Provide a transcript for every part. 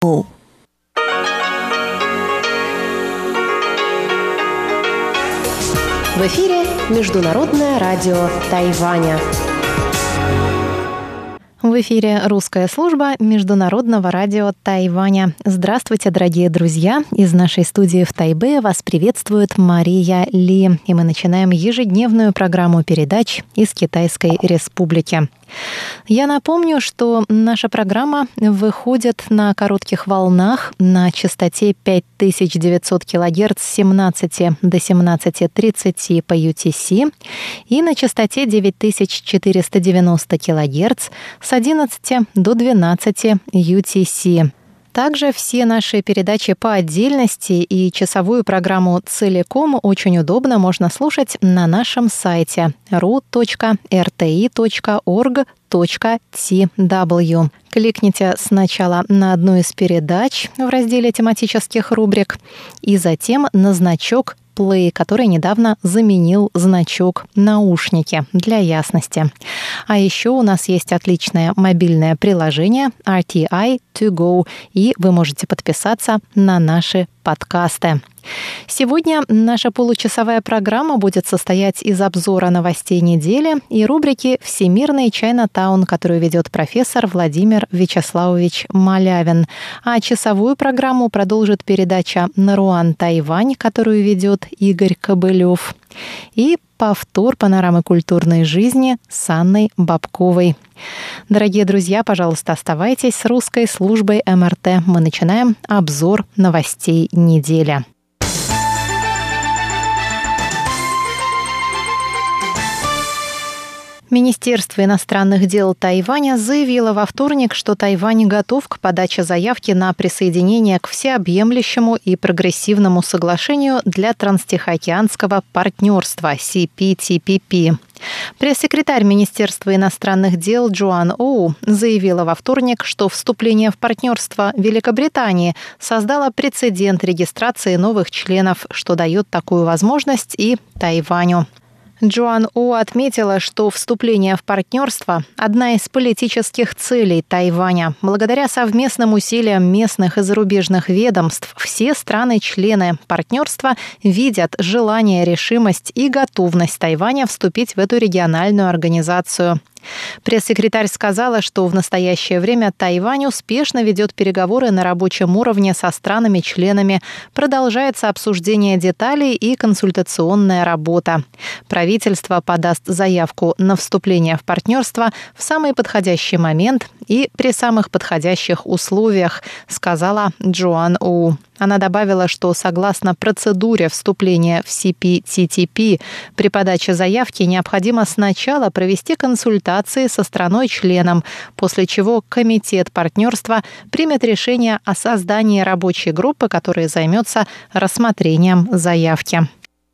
В эфире Международное радио Тайваня. В эфире русская служба Международного радио Тайваня. Здравствуйте, дорогие друзья! Из нашей студии в Тайбе вас приветствует Мария Ли. И мы начинаем ежедневную программу передач из Китайской Республики. Я напомню, что наша программа выходит на коротких волнах на частоте 5900 кГц с 17 до 17:30 по UTC и на частоте 9490 кГц с 11 до 12 UTC. Также все наши передачи по отдельности и часовую программу целиком очень удобно можно слушать на нашем сайте ru.rti.org.tw. Кликните сначала на одну из передач в разделе тематических рубрик и затем на значок Play, который недавно заменил значок «Наушники» для ясности. А еще у нас есть отличное мобильное приложение RTI To Go, и вы можете подписаться на наши подкасты. Сегодня наша получасовая программа будет состоять из обзора новостей недели и рубрики «Всемирный Чайнатаун», которую ведет профессор Владимир Вячеславович Малявин. А часовую программу продолжит передача «Наруан Тайвань», которую ведет Игорь Кобылев. И повтор панорамы культурной жизни с Анной Бабковой. Дорогие друзья, пожалуйста, оставайтесь с русской службой МРТ. Мы начинаем обзор новостей недели. Министерство иностранных дел Тайваня заявило во вторник, что Тайвань готов к подаче заявки на присоединение к всеобъемлющему и прогрессивному соглашению для транстихоокеанского партнерства CPTPP. Пресс-секретарь Министерства иностранных дел Джоан Оу заявила во вторник, что вступление в партнерство Великобритании создало прецедент регистрации новых членов, что дает такую возможность и Тайваню. Джоан Оу отметила, что вступление в партнерство – одна из политических целей Тайваня. Благодаря совместным усилиям местных и зарубежных ведомств все страны-члены партнерства видят желание, решимость и готовность Тайваня вступить в эту региональную организацию. Пресс-секретарь сказала, что в настоящее время Тайвань успешно ведет переговоры на рабочем уровне со странами-членами, продолжается обсуждение деталей и консультационная работа. Правительство подаст заявку на вступление в партнерство в самый подходящий момент и при самых подходящих условиях, сказала Джоан Оу. Она добавила, что согласно процедуре вступления в CPTPP при подаче заявки необходимо сначала провести консультации со страной-членом, после чего комитет партнерства примет решение о создании рабочей группы, которая займется рассмотрением заявки.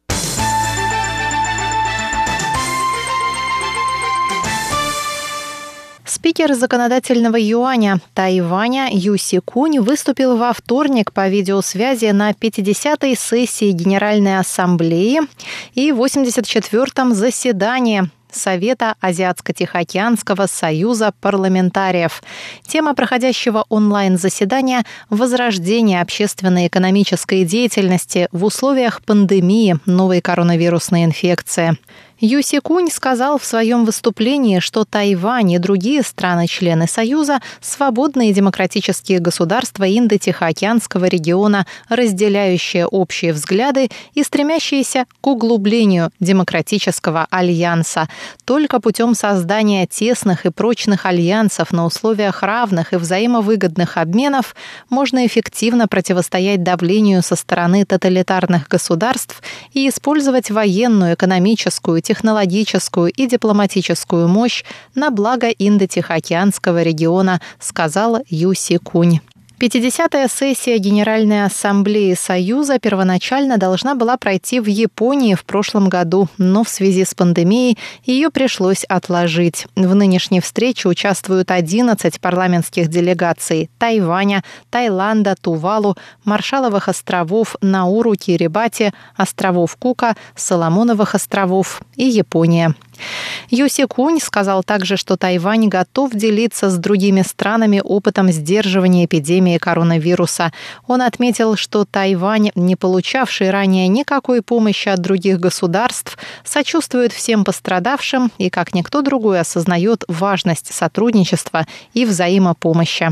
Спикер законодательного юаня Тайваня Ю Си-кунь выступил во вторник по видеосвязи на 50-й сессии Генеральной Ассамблеи и 84-м заседании Совета Азиатско-Тихоокеанского союза парламентариев. Тема проходящего онлайн-заседания – возрождение общественно-экономической деятельности в условиях пандемии новой коронавирусной инфекции. Ю Си-кунь сказал в своем выступлении, что Тайвань и другие страны-члены Союза – свободные демократические государства Индо-Тихоокеанского региона, разделяющие общие взгляды и стремящиеся к углублению демократического альянса. Только путем создания тесных и прочных альянсов на условиях равных и взаимовыгодных обменов можно эффективно противостоять давлению со стороны тоталитарных государств и использовать военную, экономическую, технологическую и дипломатическую мощь на благо Индо-Тихоокеанского региона, сказал Ю Си-кунь. 50-я сессия Генеральной Ассамблеи Союза первоначально должна была пройти в Японии в прошлом году, но в связи с пандемией ее пришлось отложить. В нынешней встрече участвуют 11 парламентских делегаций Тайваня, Таиланда, Тувалу, Маршалловых островов Науру, Кирибати, островов Кука, Соломоновых островов и Япония. Ю Се-кунь сказал также, что Тайвань готов делиться с другими странами опытом сдерживания эпидемии коронавируса. Он отметил, что Тайвань, не получавший ранее никакой помощи от других государств, сочувствует всем пострадавшим и, как никто другой, осознает важность сотрудничества и взаимопомощи.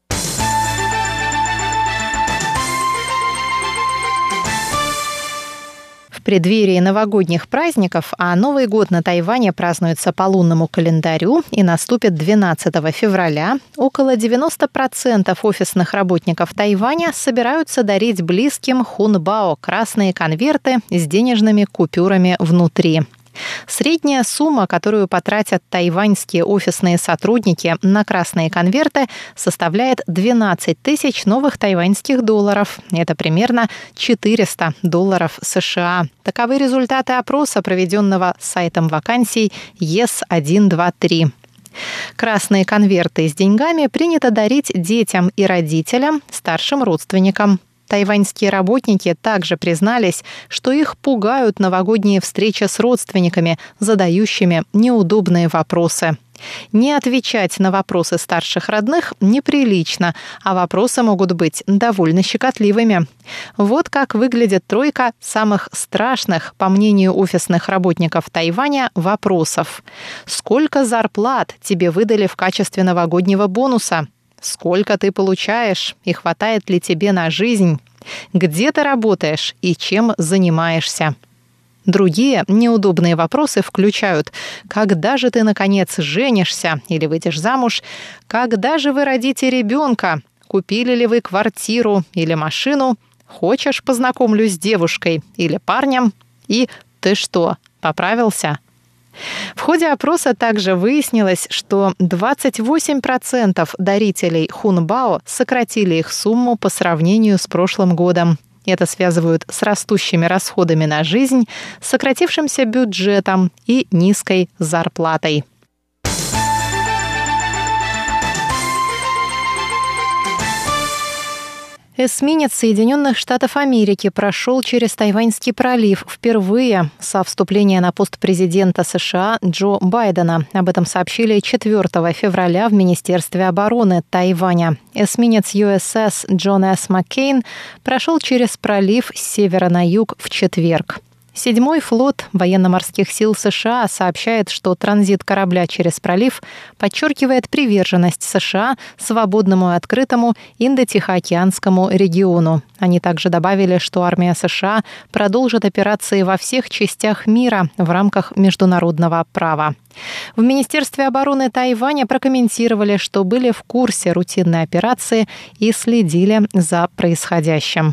В преддверии новогодних праздников, а Новый год на Тайване празднуется по лунному календарю и наступит 12 февраля, около 90% офисных работников Тайваня собираются дарить близким хунбао – красные конверты с денежными купюрами внутри. Средняя сумма, которую потратят тайваньские офисные сотрудники на красные конверты, составляет 12 тысяч новых тайваньских долларов. Это примерно $400 США. Таковы результаты опроса, проведенного сайтом вакансий Yes123. Красные конверты с деньгами принято дарить детям и родителям, старшим родственникам. Тайваньские работники также признались, что их пугают новогодние встречи с родственниками, задающими неудобные вопросы. Не отвечать на вопросы старших родных неприлично, а вопросы могут быть довольно щекотливыми. Вот как выглядит тройка самых страшных, по мнению офисных работников Тайваня, вопросов. Сколько зарплат тебе выдали в качестве новогоднего бонуса? Сколько ты получаешь и хватает ли тебе на жизнь? Где ты работаешь и чем занимаешься? Другие неудобные вопросы включают: когда же ты, наконец, женишься или выйдешь замуж? Когда же вы родите ребенка? Купили ли вы квартиру или машину? Хочешь, познакомлюсь с девушкой или парнем? И ты что, поправился? В ходе опроса также выяснилось, что 28% дарителей хунбао сократили их сумму по сравнению с прошлым годом. Это связывают с растущими расходами на жизнь, сократившимся бюджетом и низкой зарплатой. Эсминец Соединенных Штатов Америки прошел через Тайваньский пролив впервые со вступления на пост президента США Джо Байдена. Об этом сообщили 4 февраля в Министерстве обороны Тайваня. Эсминец USS Джон С. Маккейн прошел через пролив с севера на юг в четверг. 7-й флот военно-морских сил США сообщает, что транзит корабля через пролив подчеркивает приверженность США свободному и открытому Индо-Тихоокеанскому региону. Они также добавили, что армия США продолжит операции во всех частях мира в рамках международного права. В Министерстве обороны Тайваня прокомментировали, что были в курсе рутинной операции и следили за происходящим.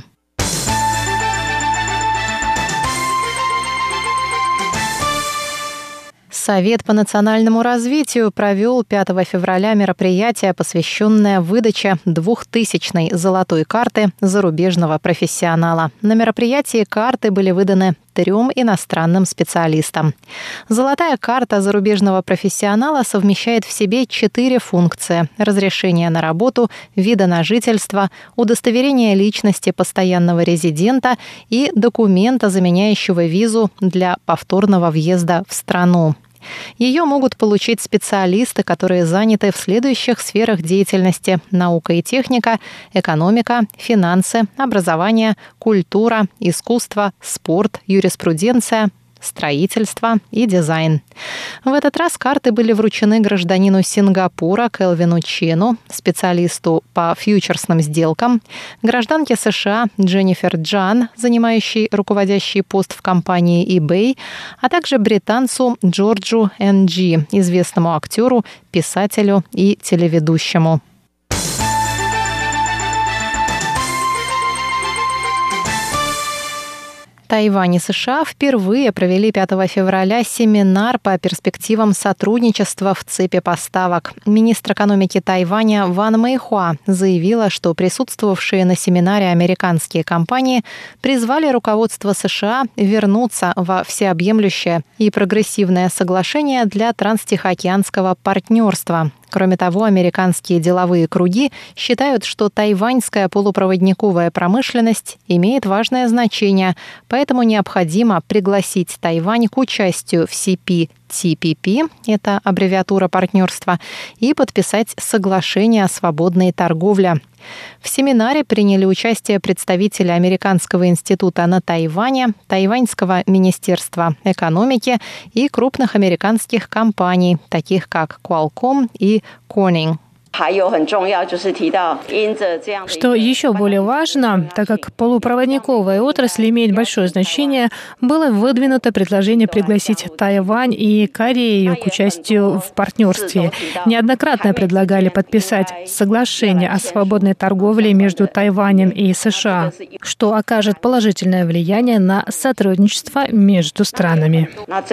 Совет по национальному развитию провел 5 февраля мероприятие, посвященное выдаче 2000-й золотой карты зарубежного профессионала. На мероприятии карты были выданы 3 иностранным специалистам. Золотая карта зарубежного профессионала совмещает в себе 4 функции: разрешение на работу, вида на жительство, удостоверение личности постоянного резидента и документа, заменяющего визу для повторного въезда в страну. Ее могут получить специалисты, которые заняты в следующих сферах деятельности: наука и техника, экономика, финансы, образование, культура, искусство, спорт, юриспруденция, строительство и дизайн. В этот раз карты были вручены гражданину Сингапура Келвину Чену, специалисту по фьючерсным сделкам, гражданке США Дженнифер Джан, занимающей руководящий пост в компании eBay, а также британцу Джорджу Н.Джи, известному актеру, писателю и телеведущему. Тайвань и США впервые провели 5 февраля семинар по перспективам сотрудничества в цепи поставок. Министр экономики Тайваня Ван Мэйхуа заявила, что присутствовавшие на семинаре американские компании призвали руководство США вернуться во всеобъемлющее и прогрессивное соглашение для транстихоокеанского партнерства. Кроме того, американские деловые круги считают, что тайваньская полупроводниковая промышленность имеет важное значение, поэтому необходимо пригласить Тайвань к участию в CPTPP TPP, это аббревиатура партнерства, и подписать соглашение о свободной торговле. В семинаре приняли участие представители Американского института на Тайване, Тайваньского министерства экономики и крупных американских компаний, таких как Qualcomm и Corning. Что еще более важно, так как полупроводниковая отрасль имеет большое значение, было выдвинуто предложение пригласить Тайвань и Корею к участию в партнерстве. Неоднократно предлагали подписать соглашение о свободной торговле между Тайванем и США, что окажет положительное влияние на сотрудничество между странами.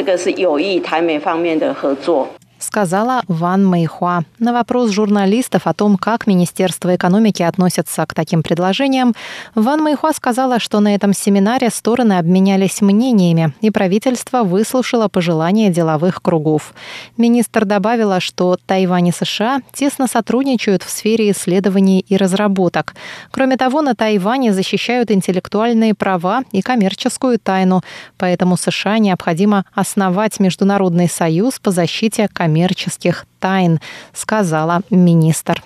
Сказала Ван Мэйхуа. На вопрос журналистов о том, как Министерство экономики относится к таким предложениям, Ван Мэйхуа сказала, что на этом семинаре стороны обменялись мнениями, и правительство выслушало пожелания деловых кругов. Министр добавила, что Тайвань и США тесно сотрудничают в сфере исследований и разработок. Кроме того, на Тайване защищают интеллектуальные права и коммерческую тайну, поэтому США необходимо основать Международный союз по защите коммерческих тайн, сказала министр.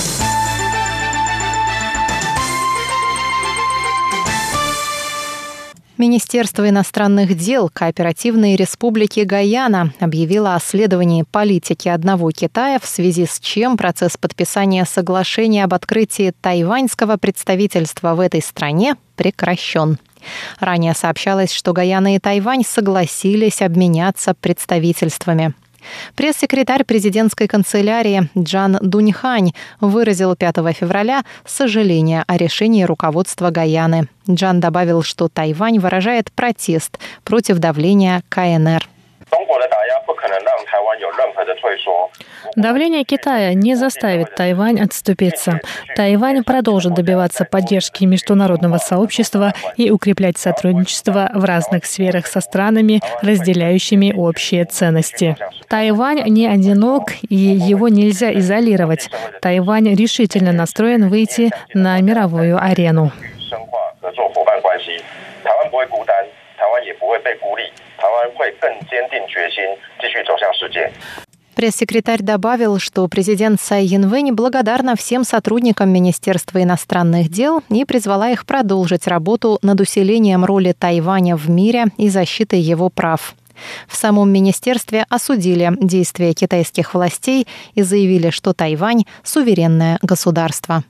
Министерство иностранных дел Кооперативной Республики Гайана объявило о следовании политики одного Китая, в связи с чем процесс подписания соглашения об открытии тайваньского представительства в этой стране прекращен. Ранее сообщалось, что Гайана и Тайвань согласились обменяться представительствами. Пресс-секретарь президентской канцелярии Джан Дуньхань выразил 5 февраля сожаление о решении руководства Гайаны. Джан добавил, что Тайвань выражает протест против давления КНР. Давление Китая не заставит Тайвань отступиться. Тайвань продолжит добиваться поддержки международного сообщества и укреплять сотрудничество в разных сферах со странами, разделяющими общие ценности. Тайвань не одинок, и его нельзя изолировать. Тайвань решительно настроен выйти на мировую арену. Пресс-секретарь добавил, что президент Цай Янвэнь благодарна всем сотрудникам Министерства иностранных дел и призвала их продолжить работу над усилением роли Тайваня в мире и защитой его прав. В самом министерстве осудили действия китайских властей и заявили, что Тайвань – суверенное государство.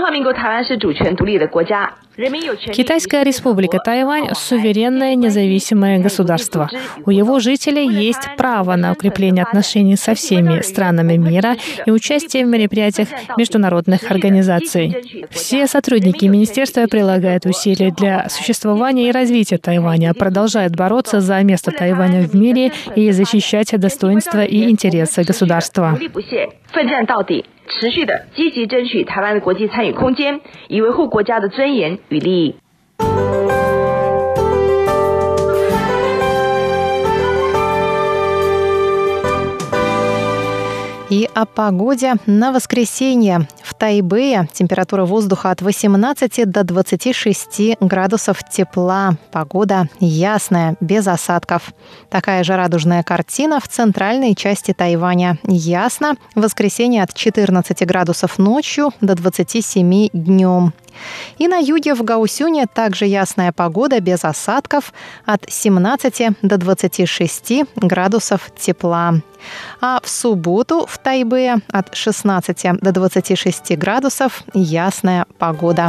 Китайская республика Тайвань – суверенное независимое государство. У его жителей есть право на укрепление отношений со всеми странами мира и участие в мероприятиях международных организаций. Все сотрудники министерства прилагают усилия для существования и развития Тайваня, продолжают бороться за место Тайваня в мире и защищать достоинство и интересы государства. 持续地积极争取台湾的国际参与空间，以维护国家的尊严与利益。 И о погоде на воскресенье. В Тайбэе температура воздуха от 18 до 26 градусов тепла. Погода ясная, без осадков. Такая же радужная картина в центральной части Тайваня. Ясно. В воскресенье от 14 градусов ночью до 27 днем. И на юге в Гаосюне также ясная погода без осадков от 17 до 26 градусов тепла. А в субботу в Тайбэе от 16 до 26 градусов ясная погода.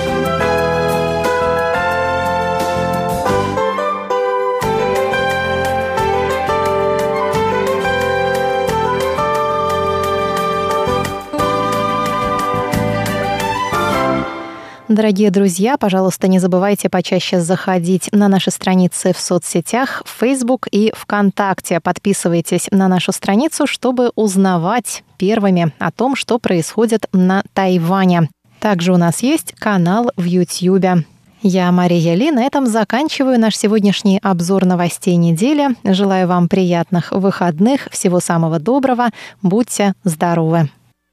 Дорогие друзья, пожалуйста, не забывайте почаще заходить на наши страницы в соцсетях, в Facebook и ВКонтакте. Подписывайтесь на нашу страницу, чтобы узнавать первыми о том, что происходит на Тайване. Также у нас есть канал в YouTube. Я, Мария Ли, на этом заканчиваю наш сегодняшний обзор новостей недели. Желаю вам приятных выходных, всего самого доброго, будьте здоровы!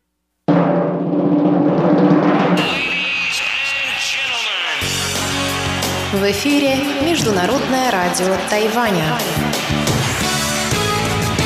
В эфире Международное радио Тайваня.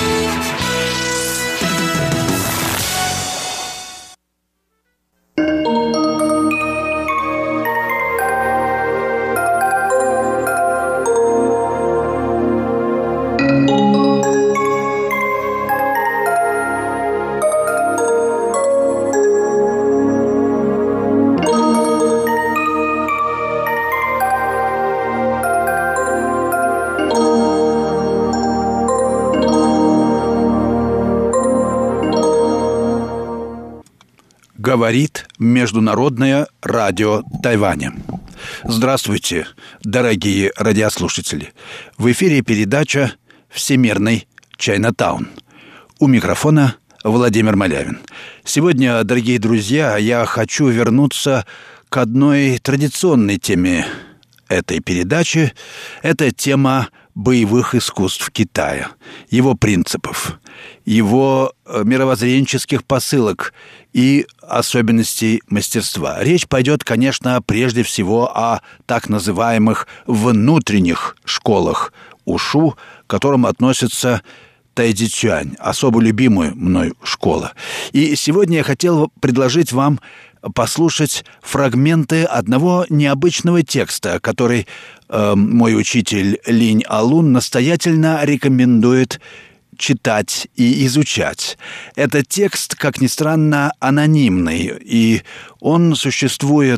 Говорит Международное радио Тайваня. Здравствуйте, дорогие радиослушатели. В эфире передача «Всемирный Чайнатаун». У микрофона Владимир Малявин. Сегодня, дорогие друзья, я хочу вернуться к одной традиционной теме этой передачи. Это тема боевых искусств Китая, его принципов, его мировоззренческих посылок и особенностей мастерства. Речь пойдет, конечно, прежде всего о так называемых внутренних школах ушу, к которым относятся тайцзичуань, особо любимая мной школа. И сегодня я хотел предложить вам послушать фрагменты одного необычного текста, который мой учитель Линь Алун настоятельно рекомендует читать и изучать. Этот текст, как ни странно, анонимный, и он существует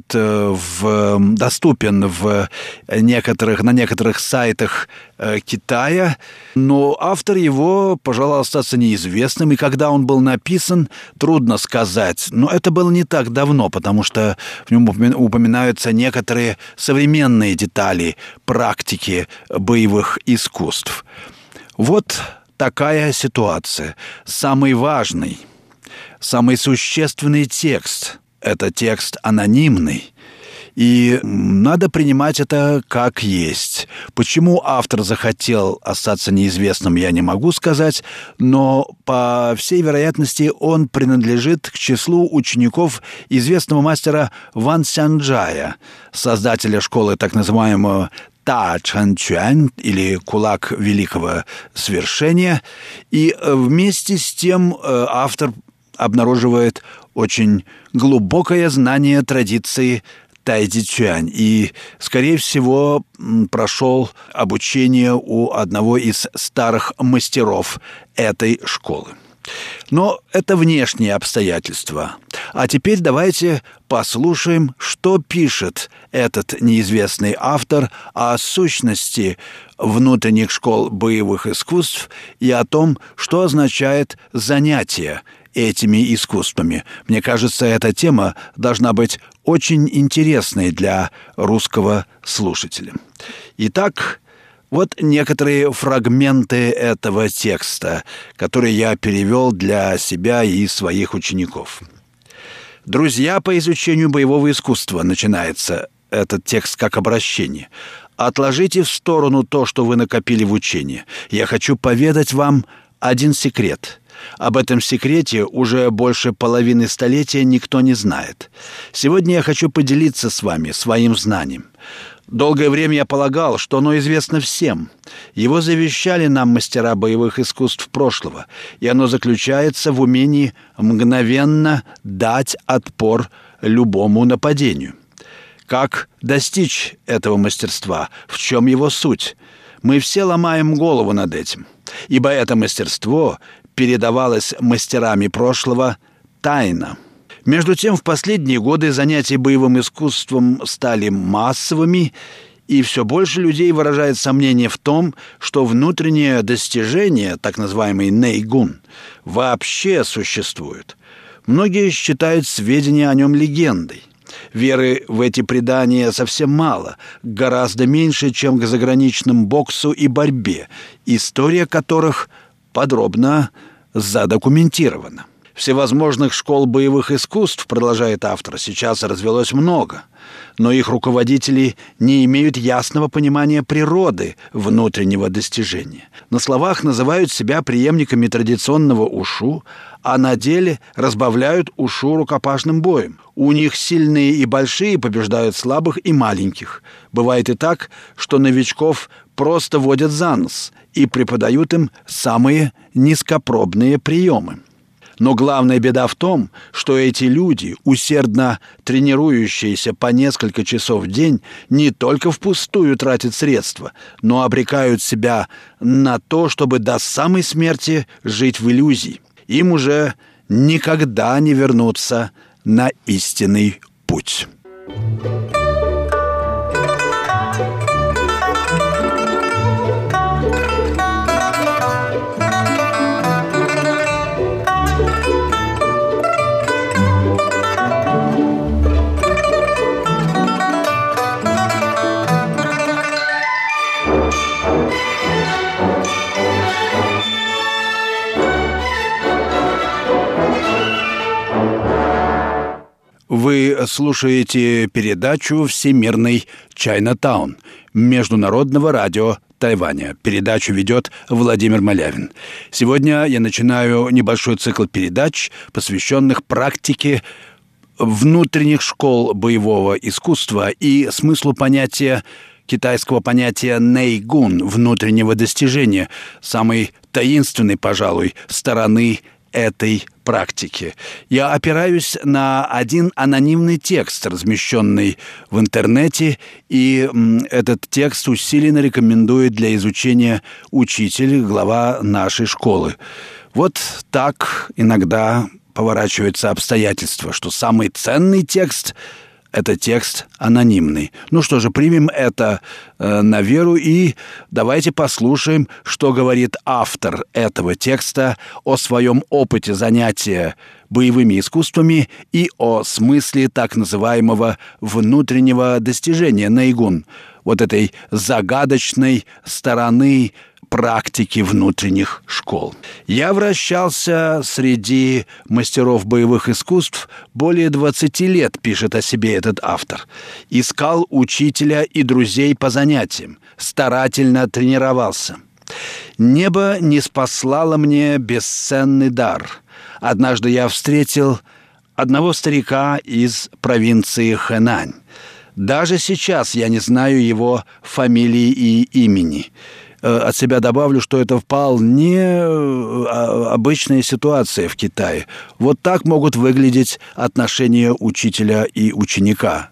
доступен на некоторых сайтах Китая, но автор его пожелал остаться неизвестным, и когда он был написан, трудно сказать. Но это было не так давно, потому что в нем упоминаются некоторые современные детали практики боевых искусств. Вот такая ситуация. Самый важный, самый существенный текст – это текст анонимный. И надо принимать это как есть. Почему автор захотел остаться неизвестным, я не могу сказать, но, по всей вероятности, он принадлежит к числу учеников известного мастера Ван Сянджая, создателя школы так называемого Та Чан Чуань, или «Кулак великого свершения». И вместе с тем автор обнаруживает очень глубокое знание традиции тайцзичуань и, скорее всего, прошел обучение у одного из старых мастеров этой школы. Но это внешние обстоятельства. А теперь давайте послушаем, что пишет этот неизвестный автор о сущности внутренних школ боевых искусств и о том, что означает занятие этими искусствами. Мне кажется, эта тема должна быть очень интересной для русского слушателя. Итак, вот некоторые фрагменты этого текста, которые я перевел для себя и своих учеников. «Друзья по изучению боевого искусства», начинается этот текст как обращение. «Отложите в сторону то, что вы накопили в учении. Я хочу поведать вам один секрет. Об этом секрете уже больше половины столетия никто не знает. Сегодня я хочу поделиться с вами своим знанием. Долгое время я полагал, что оно известно всем. Его завещали нам мастера боевых искусств прошлого, и оно заключается в умении мгновенно дать отпор любому нападению. Как достичь этого мастерства? В чем его суть? Мы все ломаем голову над этим, ибо это мастерство передавалось мастерами прошлого тайно. Между тем, в последние годы занятия боевым искусством стали массовыми, и все больше людей выражает сомнение в том, что внутреннее достижение, так называемый нэйгун, вообще существует. Многие считают сведения о нем легендой. Веры в эти предания совсем мало, гораздо меньше, чем к заграничным боксу и борьбе, история которых подробно задокументирована. Всевозможных школ боевых искусств, продолжает автор, сейчас развелось много, но их руководители не имеют ясного понимания природы внутреннего достижения. На словах называют себя преемниками традиционного ушу, а на деле разбавляют ушу рукопашным боем. У них сильные и большие побеждают слабых и маленьких. Бывает и так, что новичков просто водят за нос и преподают им самые низкопробные приемы. Но главная беда в том, что эти люди, усердно тренирующиеся по несколько часов в день, не только впустую тратят средства, но обрекают себя на то, чтобы до самой смерти жить в иллюзии. Им уже никогда не вернуться на истинный путь. слушаете передачу «Всемирный Чайнатаун» Международного радио Тайваня. Передачу ведет Владимир Малявин. Сегодня я начинаю небольшой цикл передач, посвященных практике внутренних школ боевого искусства и смыслу китайского понятия «нэйгун» — внутреннего достижения, самой таинственной, пожалуй, стороны этой практики. Я опираюсь на один анонимный текст, размещенный в интернете, и этот текст усиленно рекомендует для изучения учитель, глава нашей школы. Вот так иногда поворачиваются обстоятельства, что самый ценный текст — это текст анонимный. Ну что же, примем это на веру и давайте послушаем, что говорит автор этого текста о своем опыте занятия боевыми искусствами и о смысле так называемого внутреннего достижения нэйгун, вот этой загадочной стороны практики внутренних школ. Я вращался среди мастеров боевых искусств более 20 лет, пишет о себе этот автор. Искал учителя и друзей по занятиям, старательно тренировался. Небо ниспослало мне бесценный дар. Однажды я встретил одного старика из провинции Хэнань. Даже сейчас я не знаю его фамилии и имени. От себя добавлю, что это вполне обычная ситуация в Китае. Вот так могут выглядеть отношения учителя и ученика.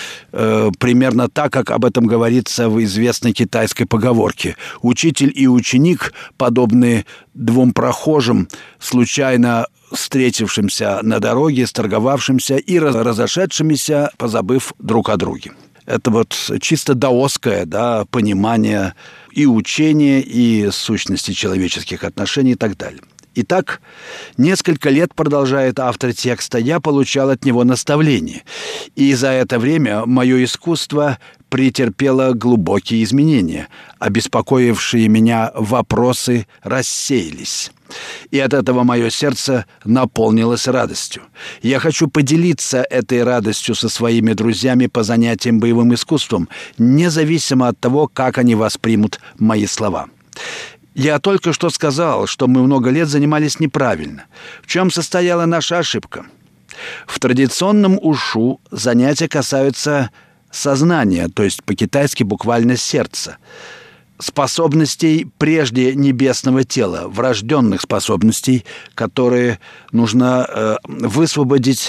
Примерно так, как об этом говорится в известной китайской поговорке. Учитель и ученик подобны двум прохожим, случайно встретившимся на дороге, сторговавшимся и разошедшимися, позабыв друг о друге. Это вот чисто даосское, понимание и учения, и сущности человеческих отношений и так далее. Итак, несколько лет, продолжает автор текста, я получал от него наставления. И за это время мое искусство претерпело глубокие изменения. Обеспокоившие меня вопросы рассеялись. И от этого мое сердце наполнилось радостью. Я хочу поделиться этой радостью со своими друзьями по занятиям боевым искусством, независимо от того, как они воспримут мои слова. Я только что сказал, что мы много лет занимались неправильно. В чем состояла наша ошибка? В традиционном ушу занятия касаются сознания, то есть по-китайски буквально сердца, способностей прежде небесного тела, врожденных способностей, которые нужно высвободить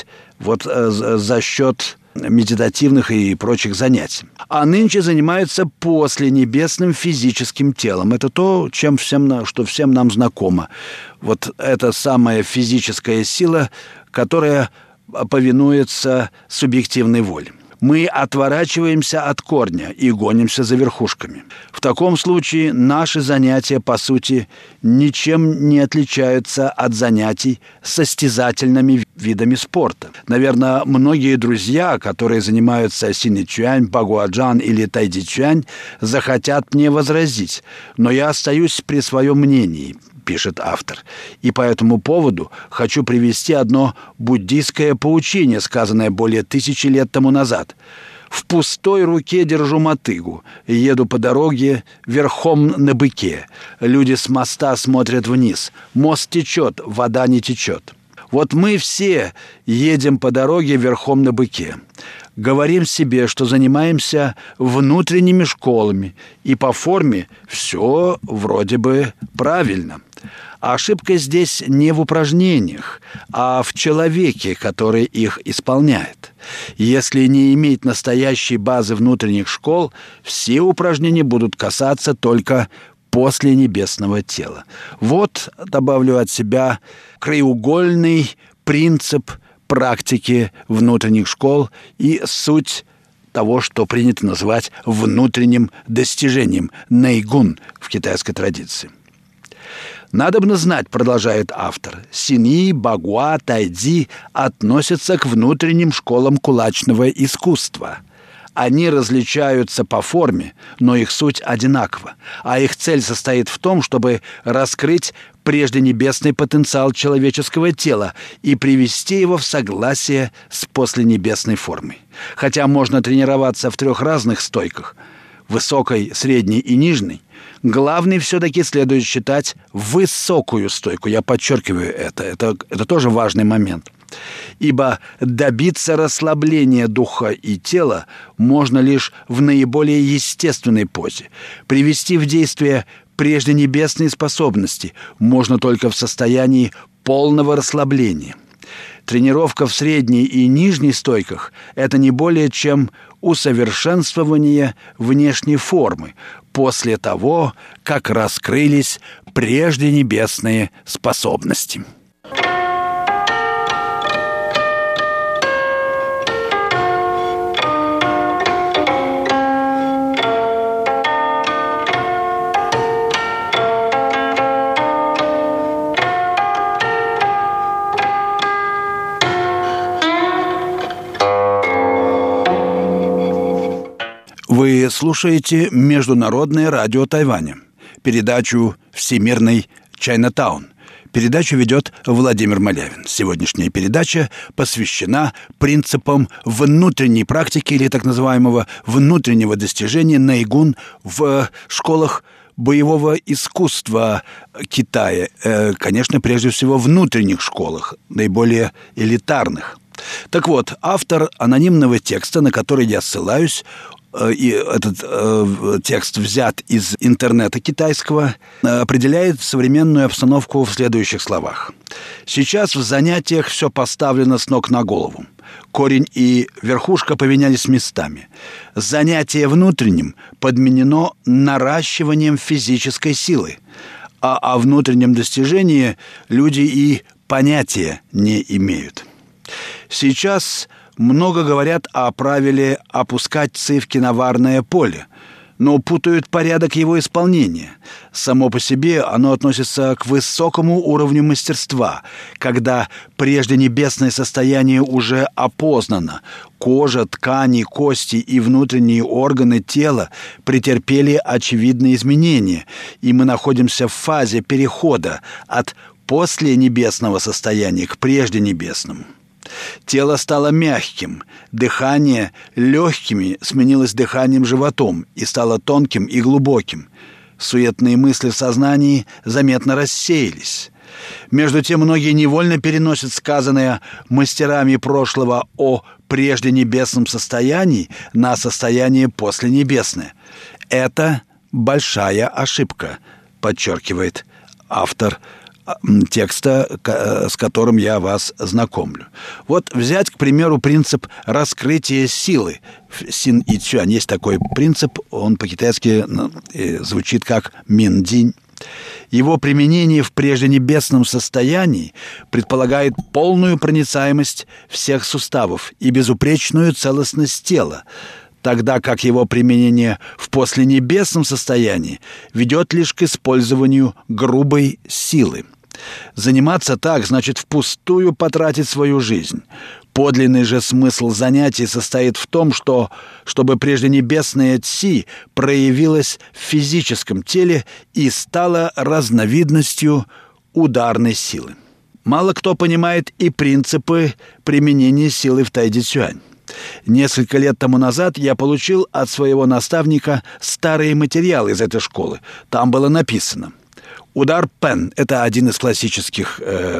за счет медитативных и прочих занятий. А нынче занимаются посленебесным физическим телом. Это то, что всем нам знакомо. Вот эта самая физическая сила, которая повинуется субъективной воле. Мы отворачиваемся от корня и гонимся за верхушками. В таком случае наши занятия, по сути, ничем не отличаются от занятий состязательными видами спорта. Наверное, многие друзья, которые занимаются синьчуань, багуаджан или тайцзичуань, захотят мне возразить, но я остаюсь при своем мнении, пишет автор. И по этому поводу хочу привести одно буддийское поучение, сказанное более 1000 лет тому назад. «В пустой руке держу мотыгу, еду по дороге верхом на быке. Люди с моста смотрят вниз. Мост течет, вода не течет». Вот мы все едем по дороге верхом на быке. Говорим себе, что занимаемся внутренними школами, и по форме все вроде бы правильно. А ошибка здесь не в упражнениях, а в человеке, который их исполняет. Если не иметь настоящей базы внутренних школ, все упражнения будут касаться только после небесного тела. Вот, добавлю от себя, краеугольный принцип практики внутренних школ и суть того, что принято называть внутренним достижением, нэйгун в китайской традиции. Надобно знать, продолжает автор, синьи, багуа, тайцзи относятся к внутренним школам кулачного искусства. Они различаются по форме, но их суть одинакова, а их цель состоит в том, чтобы раскрыть прежденебесный потенциал человеческого тела и привести его в согласие с посленебесной формой. Хотя можно тренироваться в 3 разных стойках – высокой, средней и нижней, главный все-таки следует считать высокую стойку. Я подчеркиваю это тоже важный момент. Ибо добиться расслабления духа и тела можно лишь в наиболее естественной позе. Привести в действие прежденебесные способности можно только в состоянии полного расслабления. Тренировка в средней и нижней стойках – это не более чем усовершенствование внешней формы после того, как раскрылись прежденебесные способности. Вы слушаете Международное радио Тайваня, передачу «Всемирный Чайнатаун». Передачу ведет Владимир Малявин. Сегодняшняя передача посвящена принципам внутренней практики или так называемого внутреннего достижения наигун в школах боевого искусства Китая. Конечно, прежде всего, внутренних школах, наиболее элитарных. Так вот, автор анонимного текста, на который я ссылаюсь, и этот текст взят из интернета китайского, определяет современную обстановку в следующих словах. Сейчас в занятиях все поставлено с ног на голову. Корень и верхушка поменялись местами. Занятие внутренним подменено наращиванием физической силы, а о внутреннем достижении люди и понятия не имеют. Сейчас много говорят о правиле опускать цивки на варное поле, но путают порядок его исполнения. Само по себе оно относится к высокому уровню мастерства, когда прежденебесное состояние уже опознано. Кожа, ткани, кости и внутренние органы тела претерпели очевидные изменения, и мы находимся в фазе перехода от посленебесного состояния к прежденебесному. Тело стало мягким, дыхание легкими сменилось дыханием животом и стало тонким и глубоким. Суетные мысли в сознании заметно рассеялись. Между тем многие невольно переносят сказанное мастерами прошлого о прежденебесном состоянии на состояние посленебесное. Это большая ошибка, подчеркивает автор текста, с которым я вас знакомлю. Вот взять, к примеру, принцип раскрытия силы. Син и цюань. Есть такой принцип, он по-китайски звучит как миндинь. Его применение в прежденебесном состоянии предполагает полную проницаемость всех суставов и безупречную целостность тела, тогда как его применение в посленебесном состоянии ведет лишь к использованию грубой силы. Заниматься так значит впустую потратить свою жизнь. Подлинный же смысл занятий состоит в том, чтобы прежденебесная ци проявилась в физическом теле и стала разновидностью ударной силы. Мало кто понимает и принципы применения силы в тайди-цюань. Несколько лет тому назад я получил от своего наставника старые материалы из этой школы. Там было написано: удар пен – это одна из классических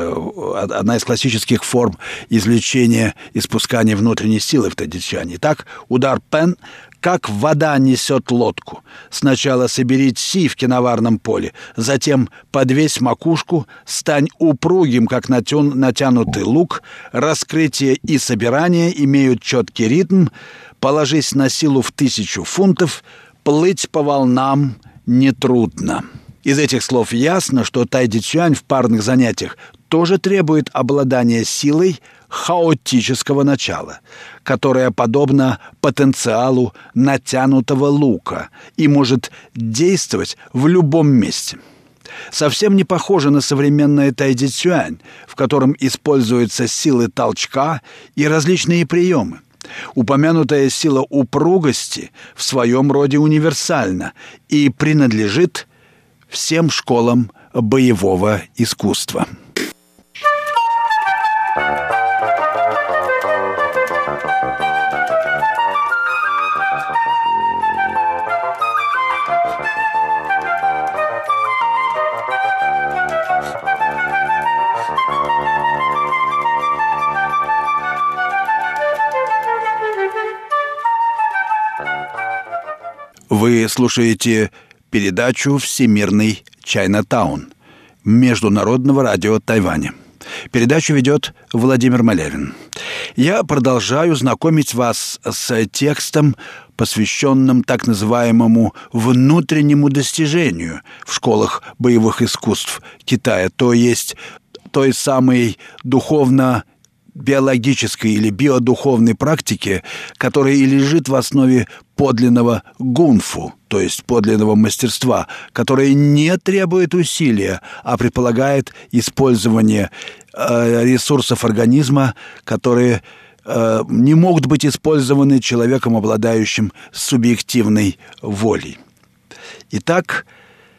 форм извлечения и спускания внутренней силы в тайди-цюань. Итак, удар пен – как вода несет лодку. Сначала собери ци в киноварном поле, затем подвесь макушку, стань упругим, как натянутый лук, раскрытие и собирание имеют четкий ритм, положись на силу в 1000 фунтов, плыть по волнам нетрудно. Из этих слов ясно, что тайди-цюань в парных занятиях тоже требует обладания силой хаотического начала, которое подобно потенциалу натянутого лука и может действовать в любом месте. Совсем не похоже на современное тайди-цюань, в котором используются силы толчка и различные приемы. Упомянутая сила упругости в своем роде универсальна и принадлежит всем школам боевого искусства. Вы слушаете передачу «Всемирный Чайнатаун» Международного радио Тайваня. Передачу ведет Владимир Малявин. Я продолжаю знакомить вас с текстом, посвященным так называемому внутреннему достижению в школах боевых искусств Китая, то есть той самой духовно-биологической или биодуховной практики, которая и лежит в основе подлинного гунфу, то есть подлинного мастерства, которое не требует усилия, а предполагает использование ресурсов организма, которые не могут быть использованы человеком, обладающим субъективной волей. Итак,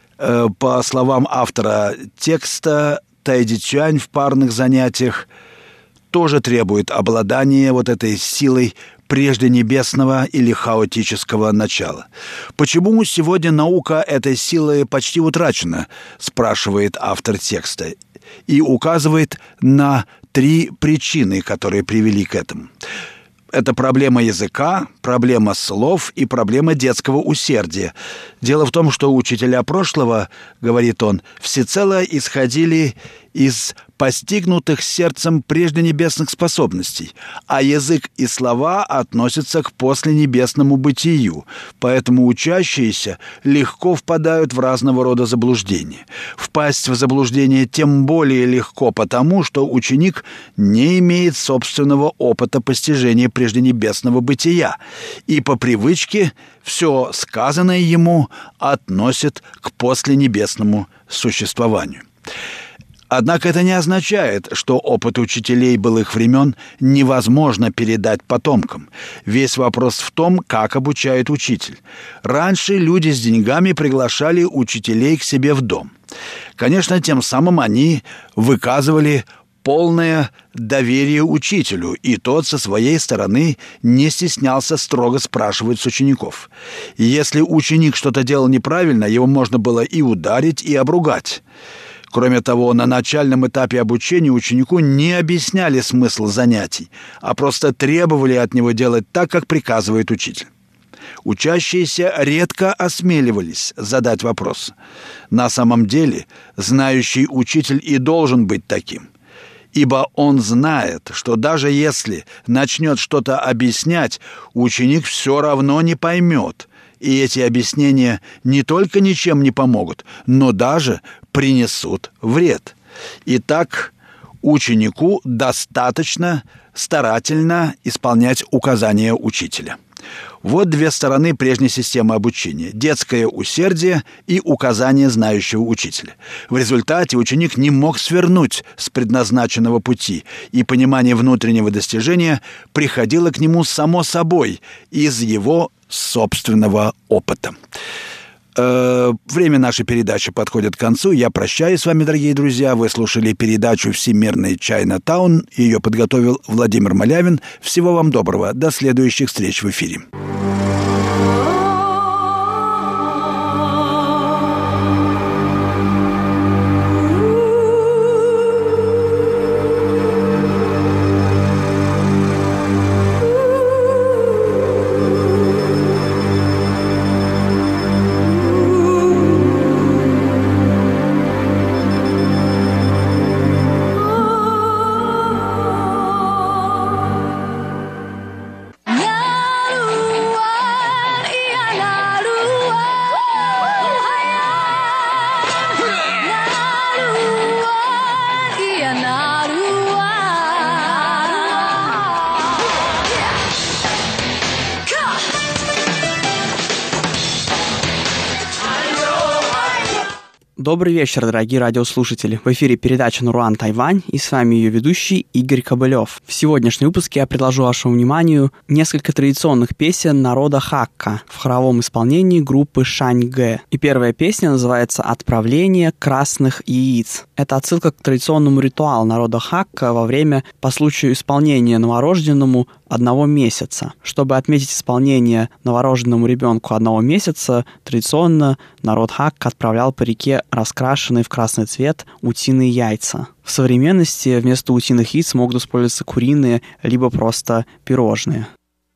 по словам автора текста, тайцзи-чуань в парных занятиях тоже требует обладания вот этой силой прежде небесного или хаотического начала. Почему сегодня наука этой силы почти утрачена, спрашивает автор текста, и указывает на 3 причины, которые привели к этому. Это проблема языка, проблема слов и проблема детского усердия. Дело в том, что учителя прошлого, говорит он, всецело исходили из постигнутых сердцем прежденебесных способностей, а язык и слова относятся к посленебесному бытию, поэтому учащиеся легко впадают в разного рода заблуждения. Впасть в заблуждение тем более легко потому, что ученик не имеет собственного опыта постижения прежденебесного бытия, и по привычке все сказанное ему относит к посленебесному существованию. Однако это не означает, что опыт учителей былых времен невозможно передать потомкам. Весь вопрос в том, как обучает учитель. Раньше люди с деньгами приглашали учителей к себе в дом. Конечно, тем самым они выказывали полное доверие учителю, и тот со своей стороны не стеснялся строго спрашивать с учеников. Если ученик что-то делал неправильно, его можно было и ударить, и обругать. Кроме того, на начальном этапе обучения ученику не объясняли смысл занятий, а просто требовали от него делать так, как приказывает учитель. Учащиеся редко осмеливались задать вопрос. На самом деле, знающий учитель и должен быть таким, ибо он знает, что даже если начнет что-то объяснять, ученик все равно не поймет, и эти объяснения не только ничем не помогут, но даже принесут вред. Итак, ученику достаточно старательно исполнять указания учителя. Вот 2 стороны прежней системы обучения – детское усердие и указания знающего учителя. В результате ученик не мог свернуть с предназначенного пути, и понимание внутреннего достижения приходило к нему само собой из его собственного опыта. Время нашей передачи подходит к концу. Я прощаюсь с вами, дорогие друзья. Вы слушали передачу «Всемирный Чайнатаун». Ее подготовил Владимир Малявин. Всего вам доброго. До следующих встреч в эфире. Yaru Добрый вечер, дорогие радиослушатели. В эфире передача «Наруан Тайвань» и с вами ее ведущий Игорь Кобылев. В сегодняшнем выпуске я предложу вашему вниманию несколько традиционных песен народа Хакка в хоровом исполнении группы Шаньгэ. И первая песня называется «Отправление красных яиц». Это отсылка к традиционному ритуалу народа Хакка во время, по случаю исполнения новорожденному 1 месяца. Чтобы отметить исполнение новорожденному ребенку 1 месяца, традиционно народ Хакка отправлял по реке раскрашенные в красный цвет утиные яйца. В современности вместо утиных яиц могут использоваться куриные, либо просто пирожные.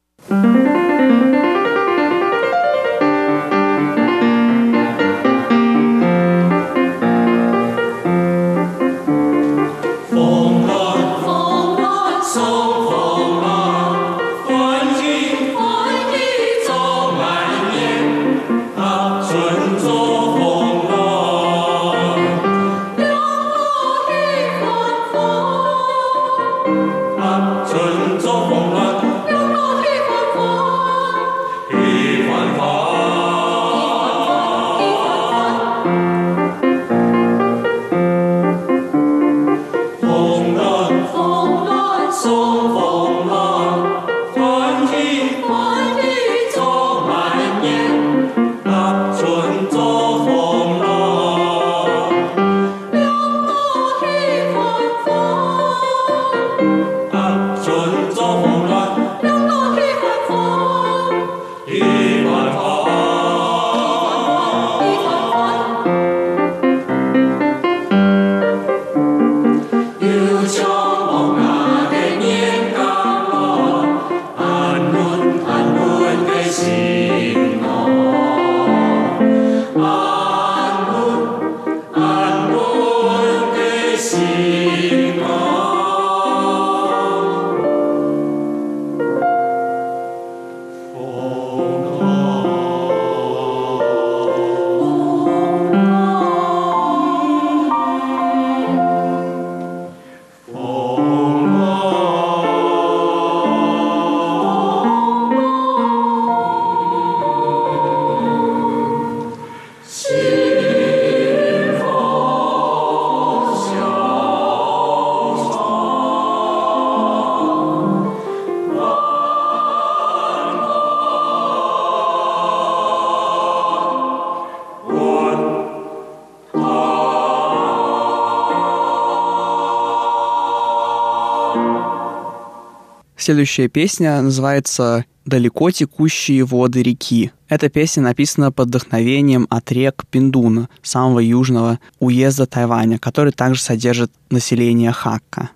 Следующая песня называется «Далеко текущие воды реки». Эта песня написана под вдохновением от рек Пиндуна, самого южного уезда Тайваня, который также содержит население Хакка.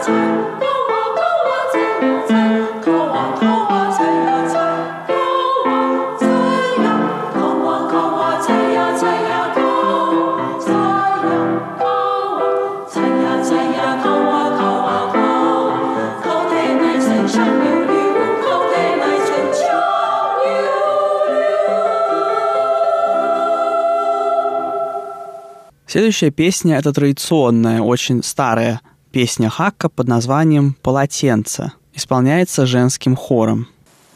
Следующая песня – это традиционная, очень старая песня хакка под названием «Полотенце». Исполняется женским хором.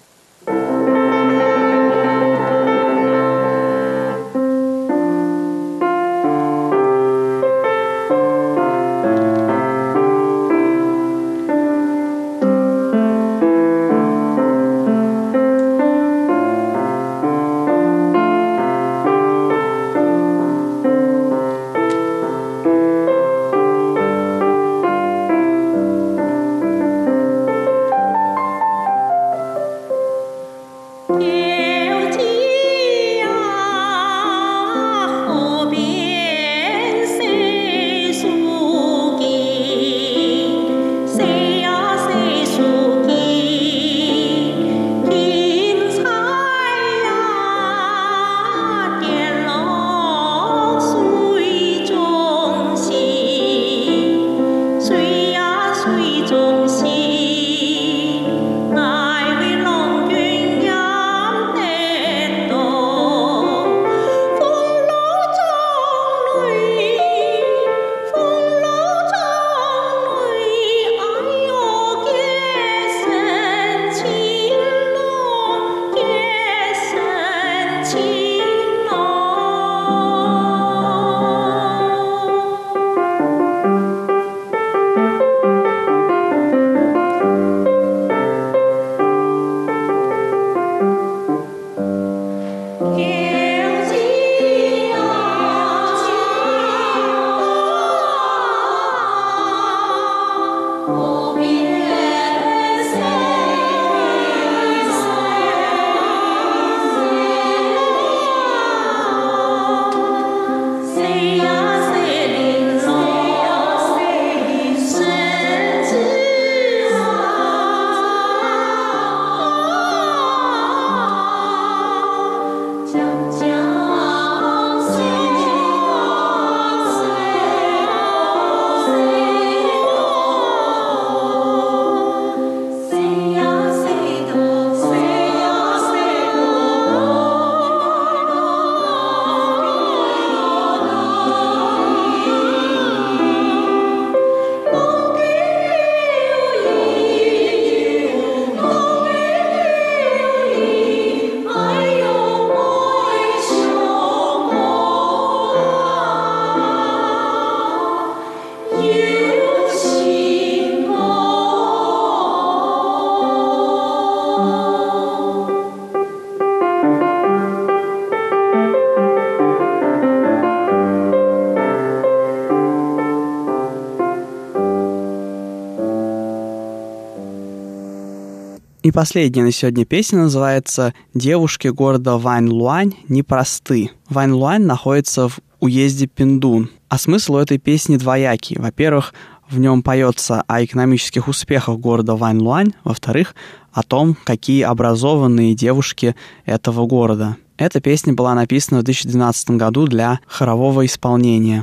И последняя на сегодня песня называется «Девушки города Ваньлуань непросты». Ваньлуань находится в уезде Пиндун. А смысл у этой песни двоякий. Во-первых, в нем поется о экономических успехах города Ваньлуань. Во-вторых, о том, какие образованные девушки этого города. Эта песня была написана в 2012 году для хорового исполнения.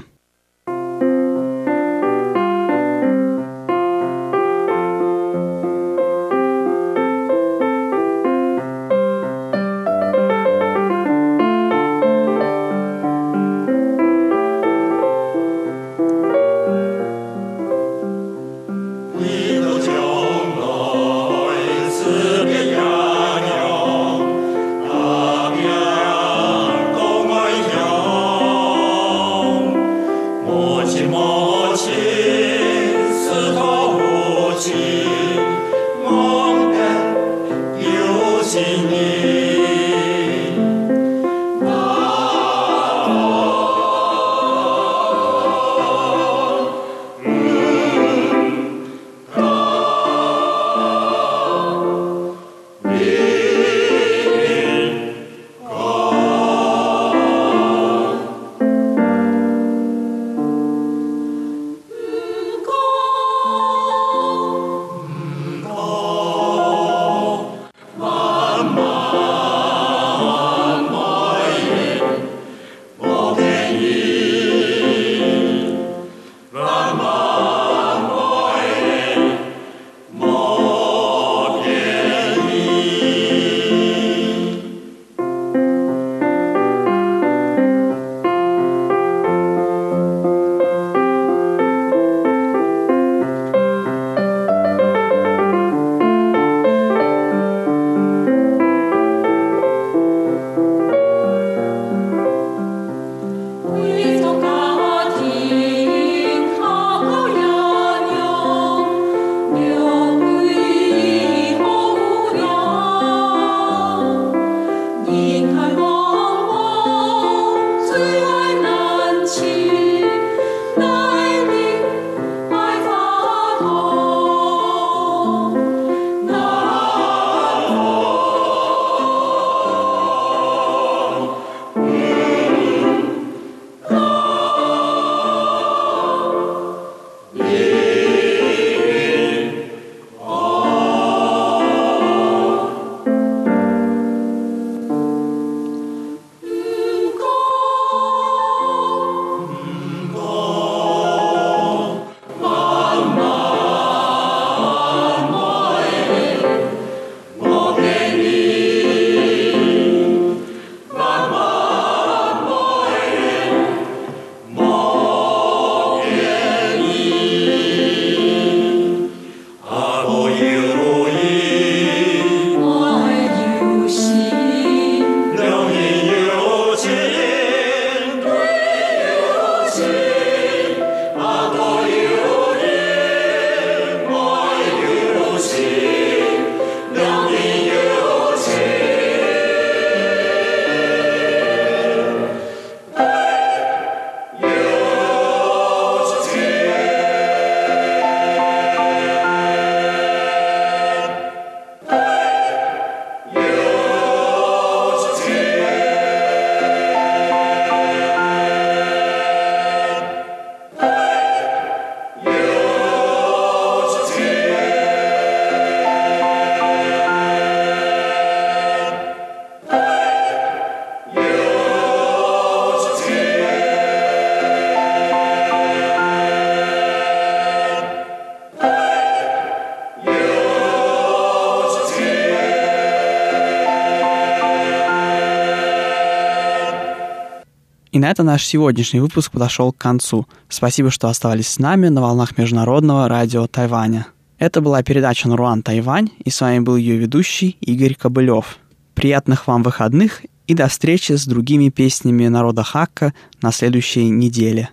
И на этом наш сегодняшний выпуск подошел к концу. Спасибо, что оставались с нами на волнах Международного радио Тайваня. Это была передача «Наруан Тайвань», и с вами был ее ведущий Игорь Кобылев. Приятных вам выходных и до встречи с другими песнями народа Хакка на следующей неделе.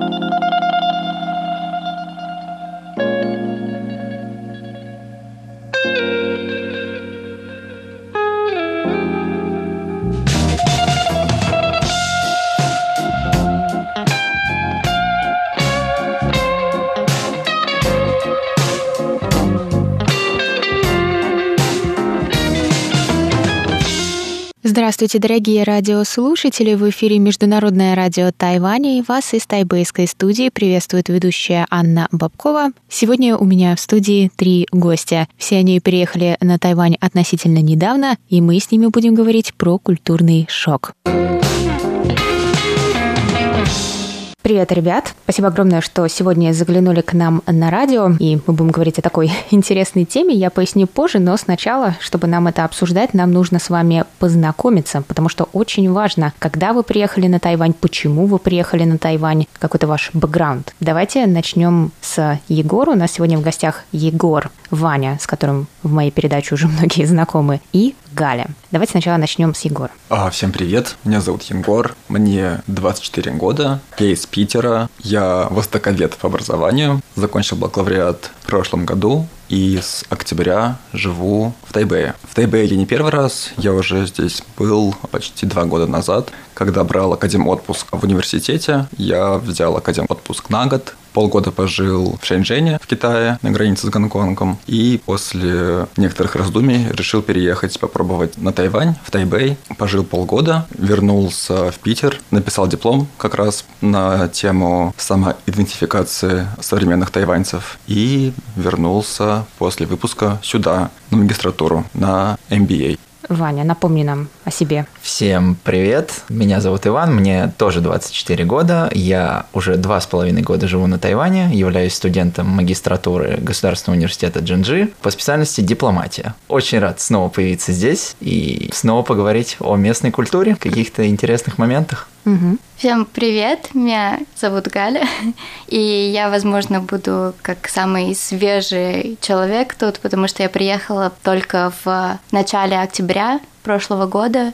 Здравствуйте, дорогие радиослушатели! В эфире Международное радио Тайваня, и вас из тайбэйской студии приветствует ведущая Анна Бабкова. Сегодня у меня в студии 3 гостя. Все они приехали на Тайвань относительно недавно, и мы с ними будем говорить про культурный шок. Привет, ребят! Спасибо огромное, что сегодня заглянули к нам на радио, и мы будем говорить о такой интересной теме. Я поясню позже, но сначала, чтобы нам это обсуждать, нам нужно с вами познакомиться, потому что очень важно, когда вы приехали на Тайвань, почему вы приехали на Тайвань, какой-то ваш бэкграунд. Давайте начнем с Егора. У нас сегодня в гостях Егор Ваня, с которым в моей передаче уже многие знакомы, и Галя. Давайте сначала начнем с Егора. Всем привет, меня зовут Егор, мне 24 года, я из Питера, я востоковед по образованию, закончил бакалавриат в прошлом году и с октября живу в Тайбэе. В Тайбэе я не первый раз, я уже здесь был почти 2 года назад, когда брал академ-отпуск в университете, я взял академ-отпуск на год, полгода пожил в Шэньчжэне, в Китае, на границе с Гонконгом, и после некоторых раздумий решил переехать, попробовать на Тайвань, в Тайбэй. Пожил полгода, вернулся в Питер, написал диплом как раз на тему самоидентификации современных тайваньцев и вернулся после выпуска сюда, на магистратуру, на MBA. Ваня, напомни нам о себе. Всем привет, меня зовут Иван, мне тоже 24 года, я уже 2,5 года живу на Тайване, являюсь студентом магистратуры Государственного университета Джинджи по специальности дипломатия. Очень рад снова появиться здесь и снова поговорить о местной культуре, каких-то интересных моментах. Угу. Всем привет, меня зовут Галя, и я, возможно, буду как самый свежий человек тут, потому что я приехала только в начале октября прошлого года,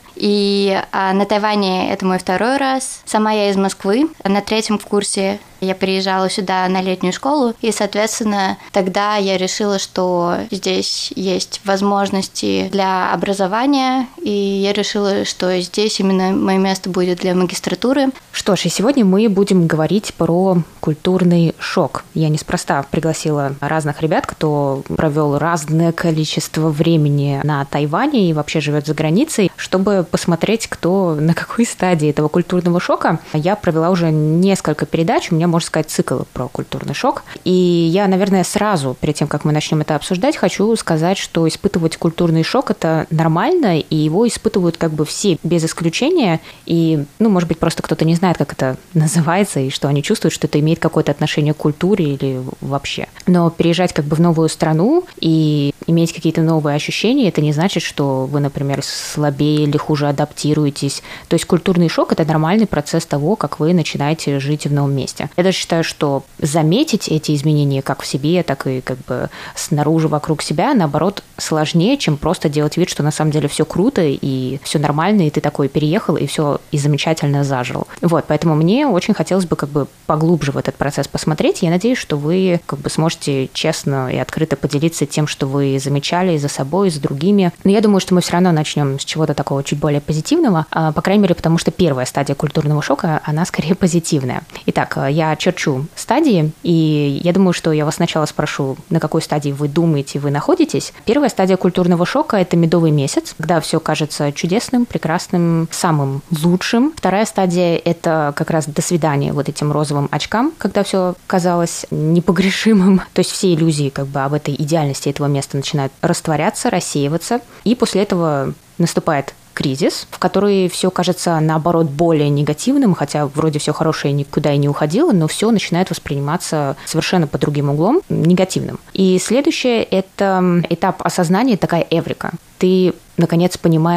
и на Тайване это мой 2-й раз. Сама я из Москвы, на 3-м курсе я приезжала сюда на летнюю школу, и, соответственно, тогда я решила, что здесь есть возможности для образования, и я решила, что здесь именно мое место будет для магистратуры. Что ж, и сегодня мы будем говорить про культурный шок. Я неспроста пригласила разных ребят, кто провел разное количество времени на Тайване и вообще живет за границей, чтобы посмотреть, кто на какой стадии этого культурного шока. Я провела уже несколько передач, у меня, можно сказать, цикл про культурный шок. И я, наверное, сразу, перед тем, как мы начнем это обсуждать, хочу сказать, что испытывать культурный шок – это нормально, и его испытывают как бы все, без исключения. И, может быть, просто кто-то не знает, как это называется, и что они чувствуют, что это имеет какое-то отношение к культуре или вообще. Но переезжать как бы в новую страну и иметь какие-то новые ощущения, это не значит, что вы, например, слабее или хуже адаптируетесь. То есть культурный шок – это нормальный процесс того, как вы начинаете жить в новом месте. Я даже считаю, что заметить эти изменения как в себе, так и как бы снаружи, вокруг себя, наоборот, сложнее, чем просто делать вид, что на самом деле все круто и все нормально, и ты такой переехал, и все и замечательно зажил. Вот, поэтому мне очень хотелось бы как бы поглубже в этот процесс посмотреть. Я надеюсь, что вы как бы сможете честно и открыто поделиться тем, что вы замечали и за собой, и за другими. Но я думаю, что мы все равно начнем с чего-то такого чуть более позитивного, по крайней мере, потому что первая стадия культурного шока, она скорее позитивная. Итак, я черчу стадии, и я думаю, что я вас сначала спрошу, на какой стадии вы думаете, вы находитесь. Первая стадия культурного шока – это медовый месяц, когда все кажется чудесным, прекрасным, самым лучшим. Вторая стадия – это как раз до свидания вот этим розовым очкам, когда все казалось непогрешимым. То есть все иллюзии как бы об этой идеальности этого места начинают растворяться, рассеиваться, и после этого наступает кризис, в который все кажется, наоборот, более негативным, хотя вроде все хорошее никуда и не уходило, но все начинает восприниматься совершенно под другим углом, негативным. И следующее – это этап осознания, такая эврика. Ты, наконец, понимаешь,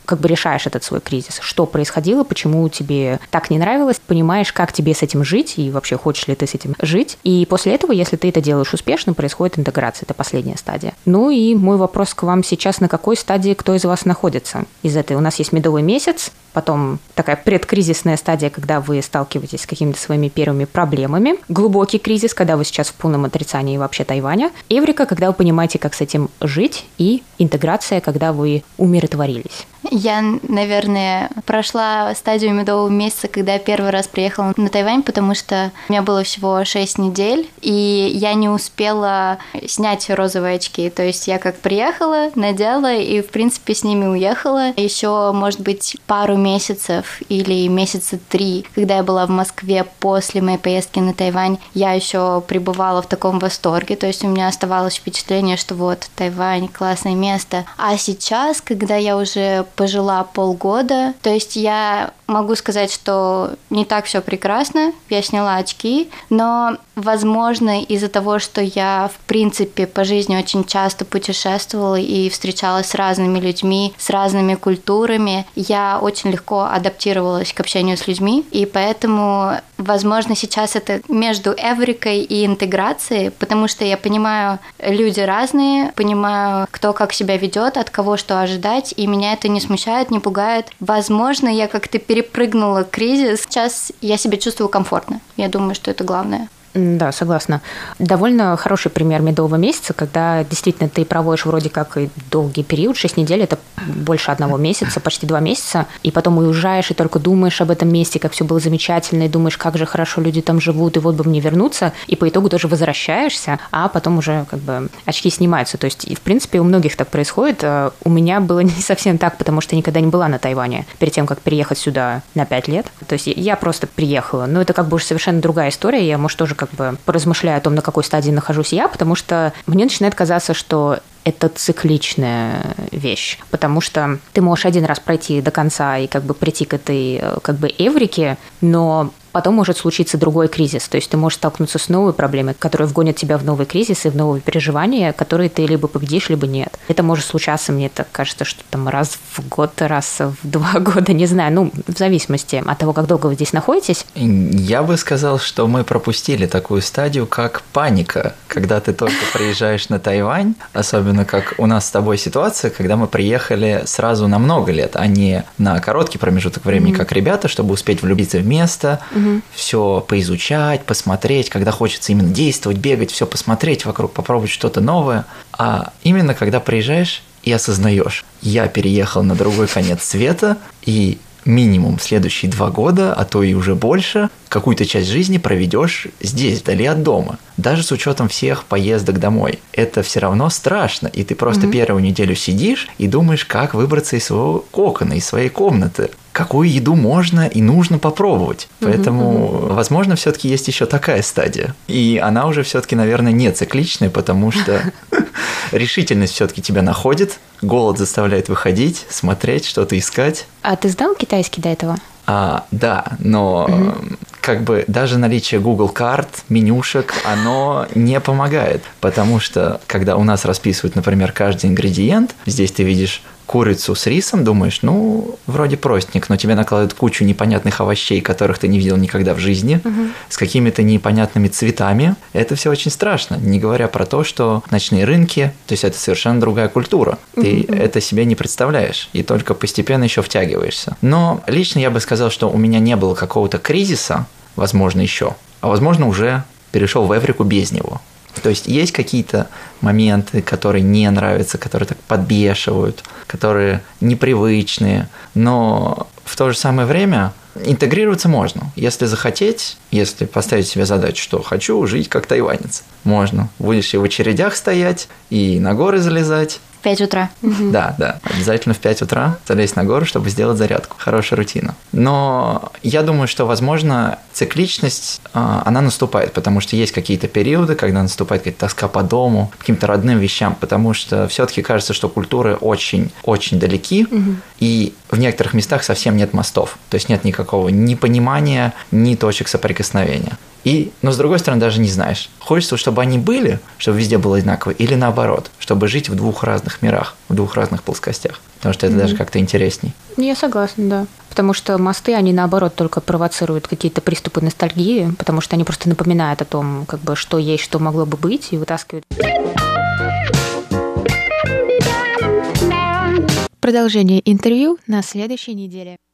как бы решаешь этот свой кризис. Что происходило, почему тебе так не нравилось, понимаешь, как тебе с этим жить и вообще хочешь ли ты с этим жить. И после этого, если ты это делаешь успешно, происходит интеграция. Это последняя стадия. Ну и мой вопрос к вам сейчас: на какой стадии кто из вас находится? Из этой у нас есть медовый месяц, потом такая предкризисная стадия, когда вы сталкиваетесь с какими-то своими первыми проблемами, глубокий кризис, когда вы сейчас в полном отрицании вообще Тайваня, эврика, когда вы понимаете, как с этим жить, и интеграция, когда вы умиротворились. Я, наверное, прошла стадию медового месяца, когда я первый раз приехала на Тайвань, потому что у меня было всего 6 недель, и я не успела снять розовые очки. То есть я как приехала, надела и, в принципе, с ними уехала. Еще, может быть, пару месяцев или месяца 3, когда я была в Москве после моей поездки на Тайвань, я еще пребывала в таком восторге. То есть у меня оставалось впечатление, что вот, Тайвань, классное место. А сейчас, когда я уже пожила полгода, то есть я могу сказать, что не так все прекрасно, я сняла очки, но, возможно, из-за того, что я, в принципе, по жизни очень часто путешествовала и встречалась с разными людьми, с разными культурами, я очень легко адаптировалась к общению с людьми, и поэтому, возможно, сейчас это между эврикой и интеграцией, потому что я понимаю, люди разные, понимаю, кто как себя ведет, от кого что ожидать, и меня это не смущает, не пугает. Возможно, я как-то перепрыгнула кризис. Сейчас я себя чувствую комфортно. Я думаю, что это главное. Да, согласна. Довольно хороший пример медового месяца, когда действительно ты проводишь вроде как и долгий период, 6 недель, это больше 1 месяца, почти 2 месяца, и потом уезжаешь и только думаешь об этом месте, как все было замечательно, и думаешь, как же хорошо люди там живут, и вот бы мне вернуться, и по итогу тоже возвращаешься, а потом уже как бы очки снимаются. То есть, в принципе, у многих так происходит. У меня было не совсем так, потому что я никогда не была на Тайване перед тем, как переехать сюда на 5 лет. То есть я просто приехала. Но это как бы уже совершенно другая история. Я, может, тоже как бы поразмышляю о том, на какой стадии нахожусь я, потому что мне начинает казаться, что это цикличная вещь, потому что ты можешь один раз пройти до конца и как бы прийти к этой как бы эврике, но потом может случиться другой кризис. То есть ты можешь столкнуться с новой проблемой, которая вгонит тебя в новый кризис и в новые переживания, которые ты либо победишь, либо нет. Это может случаться, мне так кажется, что там раз в год, раз в 2 года, не знаю, ну, в зависимости от того, как долго вы здесь находитесь. Я бы сказал, что мы пропустили такую стадию, как паника, когда ты только приезжаешь на Тайвань, особенно как у нас с тобой ситуация, когда мы приехали сразу на много лет, а не на короткий промежуток времени, как ребята, чтобы успеть влюбиться в место, все поизучать, посмотреть, когда хочется именно действовать, бегать, все посмотреть вокруг, попробовать что-то новое. А именно когда приезжаешь и осознаешь, я переехал на другой конец света, и минимум следующие 2 года, а то и уже больше, какую-то часть жизни проведешь здесь, вдали от дома. Даже с учетом всех поездок домой. Это все равно страшно. И ты просто первую неделю сидишь и думаешь, как выбраться из своего кокона, из своей комнаты. Какую еду можно и нужно попробовать. Поэтому, возможно, все-таки есть еще такая стадия. И она уже все-таки, наверное, не цикличная, потому что решительность все-таки тебя находит, голод заставляет выходить, смотреть, что-то искать. А ты сдал китайский до этого? Да, но как бы даже наличие Google карт, менюшек, оно не помогает, потому что когда у нас расписывают, например, каждый ингредиент, здесь ты видишь курицу с рисом, думаешь, ну, вроде простенько, но тебе накладывают кучу непонятных овощей, которых ты не видел никогда в жизни, с какими-то непонятными цветами. Это все очень страшно, не говоря про то, что ночные рынки, то есть это совершенно другая культура. Ты это себе не представляешь, и только постепенно еще втягиваешься. Но лично я бы сказал, что у меня не было какого-то кризиса, возможно, еще, а возможно, уже перешел в эврику без него. То есть есть какие-то моменты, которые не нравятся, которые так подбешивают, которые непривычные, но в то же самое время интегрироваться можно. Если захотеть, если поставить себе задачу, что хочу жить как тайванец, можно. Будешь и в очередях стоять, и на горы залезать. 5 утра. Да, обязательно в 5 утра залезть на гору, чтобы сделать зарядку. Хорошая рутина. Но я думаю, что, возможно, цикличность, она наступает, потому что есть какие-то периоды, когда наступает какая-то тоска по дому, каким-то родным вещам, потому что все-таки кажется, что культуры очень-очень далеки, и в некоторых местах совсем нет мостов, то есть нет никакого ни понимания, ни точек соприкосновения. Но с другой стороны, даже не знаешь. Хочется, чтобы они были, чтобы везде было одинаково, или наоборот, чтобы жить в двух разных мирах, в двух разных плоскостях. Потому что это даже как-то интересней. Я согласна, да. Потому что мосты, они наоборот только провоцируют какие-то приступы ностальгии, потому что они просто напоминают о том, как бы, что есть, что могло бы быть, и вытаскивают. Продолжение интервью на следующей неделе.